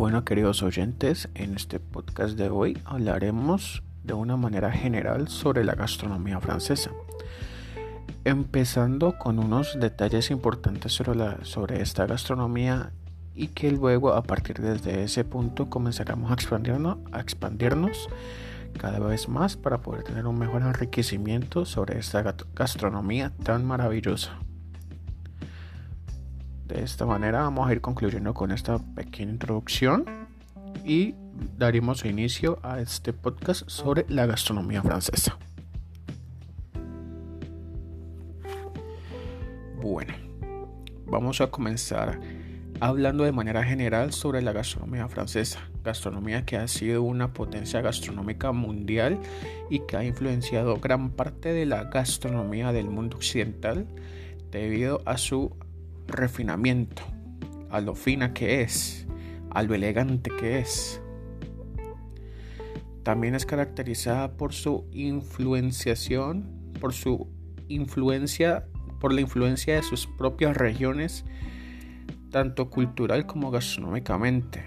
Bueno, queridos oyentes, en este podcast de hoy hablaremos de una manera general sobre la gastronomía francesa, empezando con unos detalles importantes sobre esta gastronomía y que luego a partir de ese punto comenzaremos a expandirnos cada vez más para poder tener un mejor enriquecimiento sobre esta gastronomía tan maravillosa. De esta manera vamos a ir concluyendo con esta pequeña introducción y daremos inicio a este podcast sobre la gastronomía francesa. Bueno, vamos a comenzar hablando de manera general sobre la gastronomía francesa, gastronomía que ha sido una potencia gastronómica mundial y que ha influenciado gran parte de la gastronomía del mundo occidental debido a su refinamiento, a lo fina que es, a lo elegante que es. También es caracterizada por por la influencia de sus propias regiones, tanto cultural como gastronómicamente.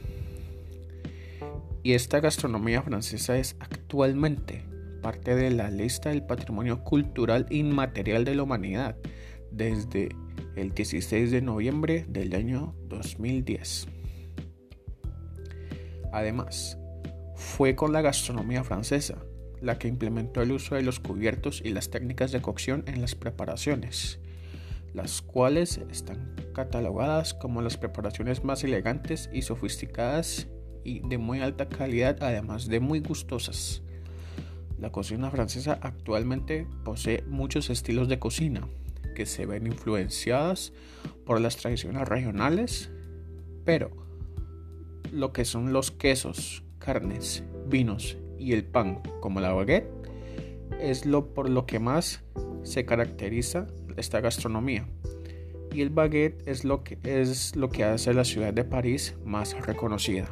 Y esta gastronomía francesa es actualmente parte de la lista del patrimonio cultural inmaterial de la humanidad desde el 16 de noviembre del año 2010. Además, fue con la gastronomía francesa la que implementó el uso de los cubiertos y las técnicas de cocción en las preparaciones, las cuales están catalogadas como las preparaciones más elegantes y sofisticadas y de muy alta calidad, además de muy gustosas. La cocina francesa actualmente posee muchos estilos de cocina que se ven influenciadas por las tradiciones regionales, pero lo que son los quesos, carnes, vinos y el pan, como la baguette, es por lo que más se caracteriza esta gastronomía. Y el baguette es lo que hace a la ciudad de París más reconocida.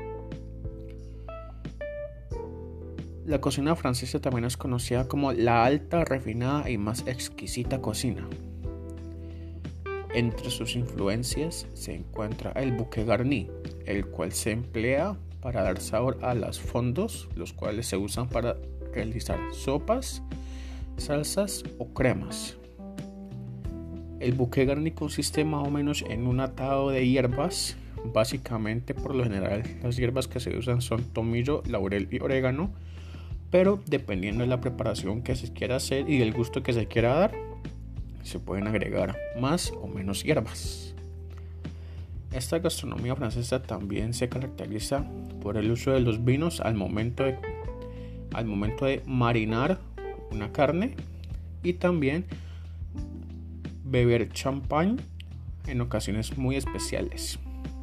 La cocina francesa también es conocida como la alta, refinada y más exquisita cocina. Entre sus influencias se encuentra el bouquet garni, el cual se emplea para dar sabor a los fondos, los cuales se usan para realizar sopas, salsas o cremas. El bouquet garni consiste más o menos en un atado de hierbas. Básicamente, por lo general, las hierbas que se usan son tomillo, laurel y orégano, pero dependiendo de la preparación que se quiera hacer y del gusto que se quiera dar, se pueden agregar más o menos hierbas. Esta gastronomía francesa también se caracteriza por el uso de los vinos al momento de marinar una carne y también beber champán en ocasiones muy especiales.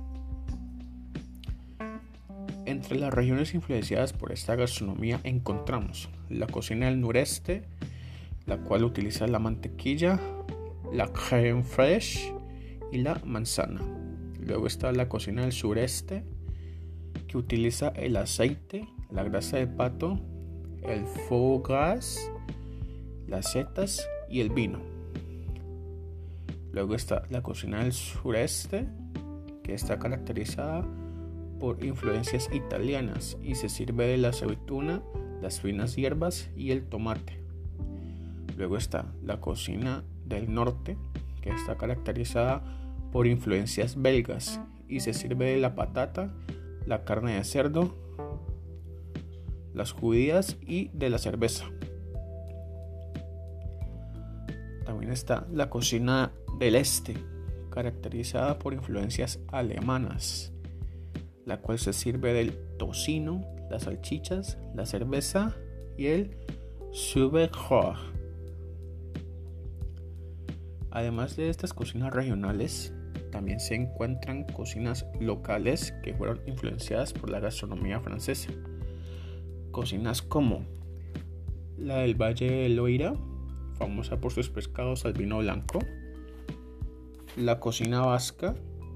Entre las regiones influenciadas por esta gastronomía encontramos la cocina del noreste, la cual utiliza la mantequilla, la crème fraîche y la manzana. Luego está la cocina del sureste, que utiliza el aceite, la grasa de pato, el foie gras, las setas y el vino. Luego está la cocina del sureste, que está caracterizada por influencias italianas y se sirve de la aceituna, las finas hierbas y el tomate. Luego está la cocina del norte, que está caracterizada por influencias belgas y se sirve de la patata, la carne de cerdo, las judías y de la cerveza. También está la cocina del este, caracterizada por influencias alemanas, la cual se sirve del tocino, las salchichas, la cerveza y el Sauerkraut. Además de estas cocinas regionales, también se encuentran cocinas locales que fueron influenciadas por la gastronomía francesa. Cocinas como la del Valle del Loira, famosa por sus pescados al vino blanco. La cocina vasca,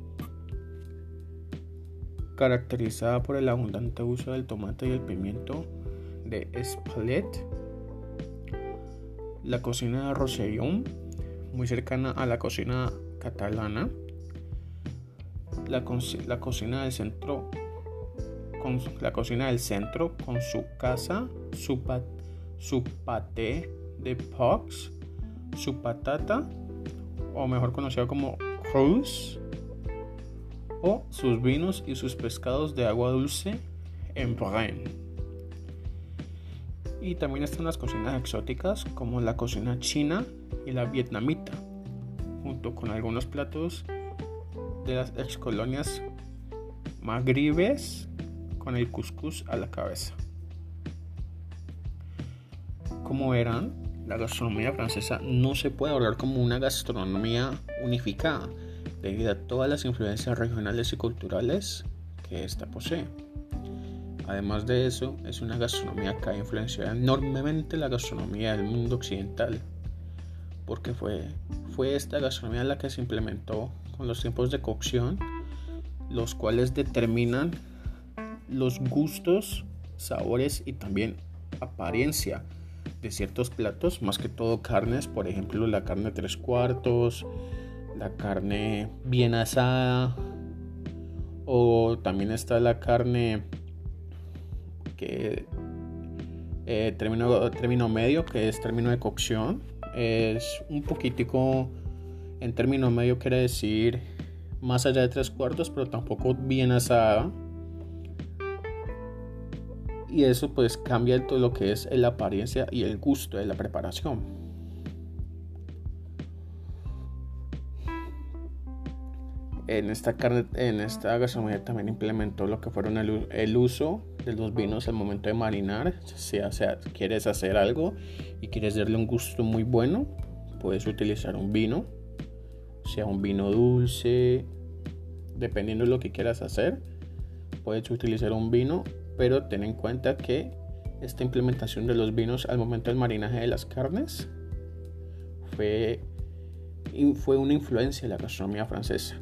caracterizada por el abundante uso del tomate y el pimiento de Espellet. La cocina de Rosellón, muy cercana a la cocina catalana. la cocina del centro con su casa, su paté de pox, su patata, o mejor conocido como cruz, o sus vinos y sus pescados de agua dulce en Brenne. Y también están las cocinas exóticas como la cocina china y la vietnamita, junto con algunos platos de las excolonias magribes con el cuscús a la cabeza. Como verán, la gastronomía francesa no se puede hablar como una gastronomía unificada debido a todas las influencias regionales y culturales que ésta posee. Además de eso, es una gastronomía que ha influenciado enormemente la gastronomía del mundo occidental, porque fue esta gastronomía la que se implementó con los tiempos de cocción, los cuales determinan los gustos, sabores y también apariencia de ciertos platos, más que todo carnes, por ejemplo la carne 3/4, la carne bien asada, o también está la carne que término medio, que es término de cocción. Es un poquitico, en término medio quiere decir más allá de 3/4, pero tampoco bien asada. Y eso pues cambia todo lo que es la apariencia y el gusto de la preparación. En esta gastronomía también implementó lo que fueron el uso de los vinos al momento de marinar. Si quieres hacer algo y quieres darle un gusto muy bueno, puedes utilizar un vino, sea un vino dulce, dependiendo de lo que quieras hacer, puedes utilizar un vino, pero ten en cuenta que esta implementación de los vinos al momento del marinaje de las carnes fue una influencia de la gastronomía francesa.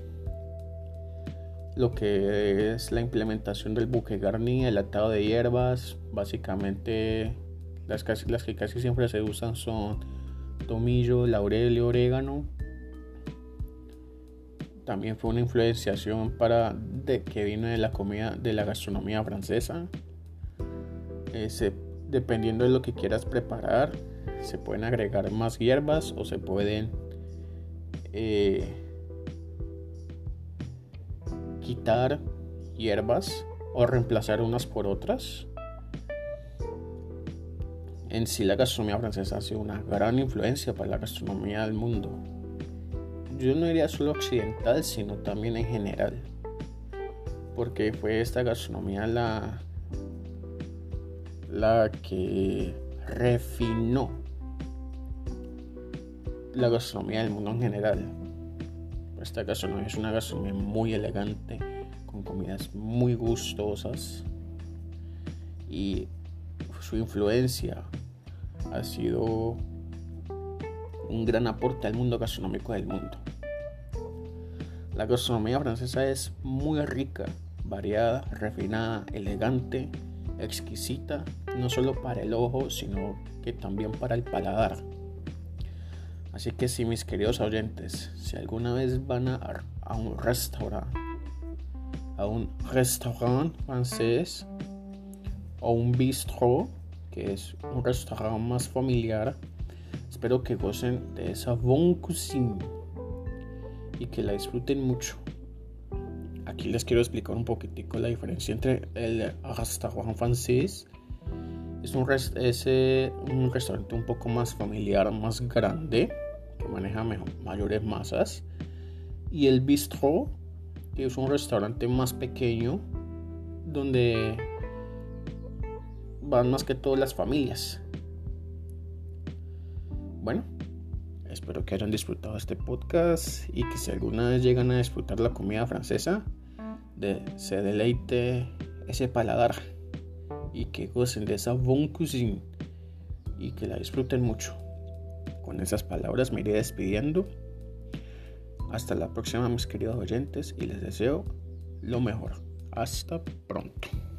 Lo que es la implementación del bouquet garni, el atado de hierbas, básicamente las que casi siempre se usan son tomillo, laurel y orégano. También fue una influenciación que vino de la comida, de la gastronomía francesa. Dependiendo de lo que quieras preparar, se pueden agregar más hierbas o se pueden quitar hierbas o reemplazar unas por otras. En sí, la gastronomía francesa ha sido una gran influencia para la gastronomía del mundo. Yo no diría solo occidental, sino también en general, porque fue esta gastronomía la que refinó la gastronomía del mundo en general. Esta gastronomía es una gastronomía muy elegante, con comidas muy gustosas, y su influencia ha sido un gran aporte al mundo gastronómico del mundo. La gastronomía francesa es muy rica, variada, refinada, elegante, exquisita, no solo para el ojo, sino que también para el paladar. Así que si mis queridos oyentes, si alguna vez van a un restaurante francés, o un bistrot, que es un restaurante más familiar, espero que gocen de esa bonne cuisine y que la disfruten mucho. Aquí les quiero explicar un poquitico la diferencia entre el restaurant francés. Es un restaurante un poco más familiar, más grande, que maneja mayores masas. Y el bistrot, que es un restaurante más pequeño, donde van más que todas las familias. Bueno, espero que hayan disfrutado este podcast y que si alguna vez llegan a disfrutar la comida francesa, se deleite ese paladar y que gocen de esa bonne cuisine y que la disfruten mucho. Con esas palabras me iré despidiendo. Hasta la próxima, mis queridos oyentes, y les deseo lo mejor. Hasta pronto.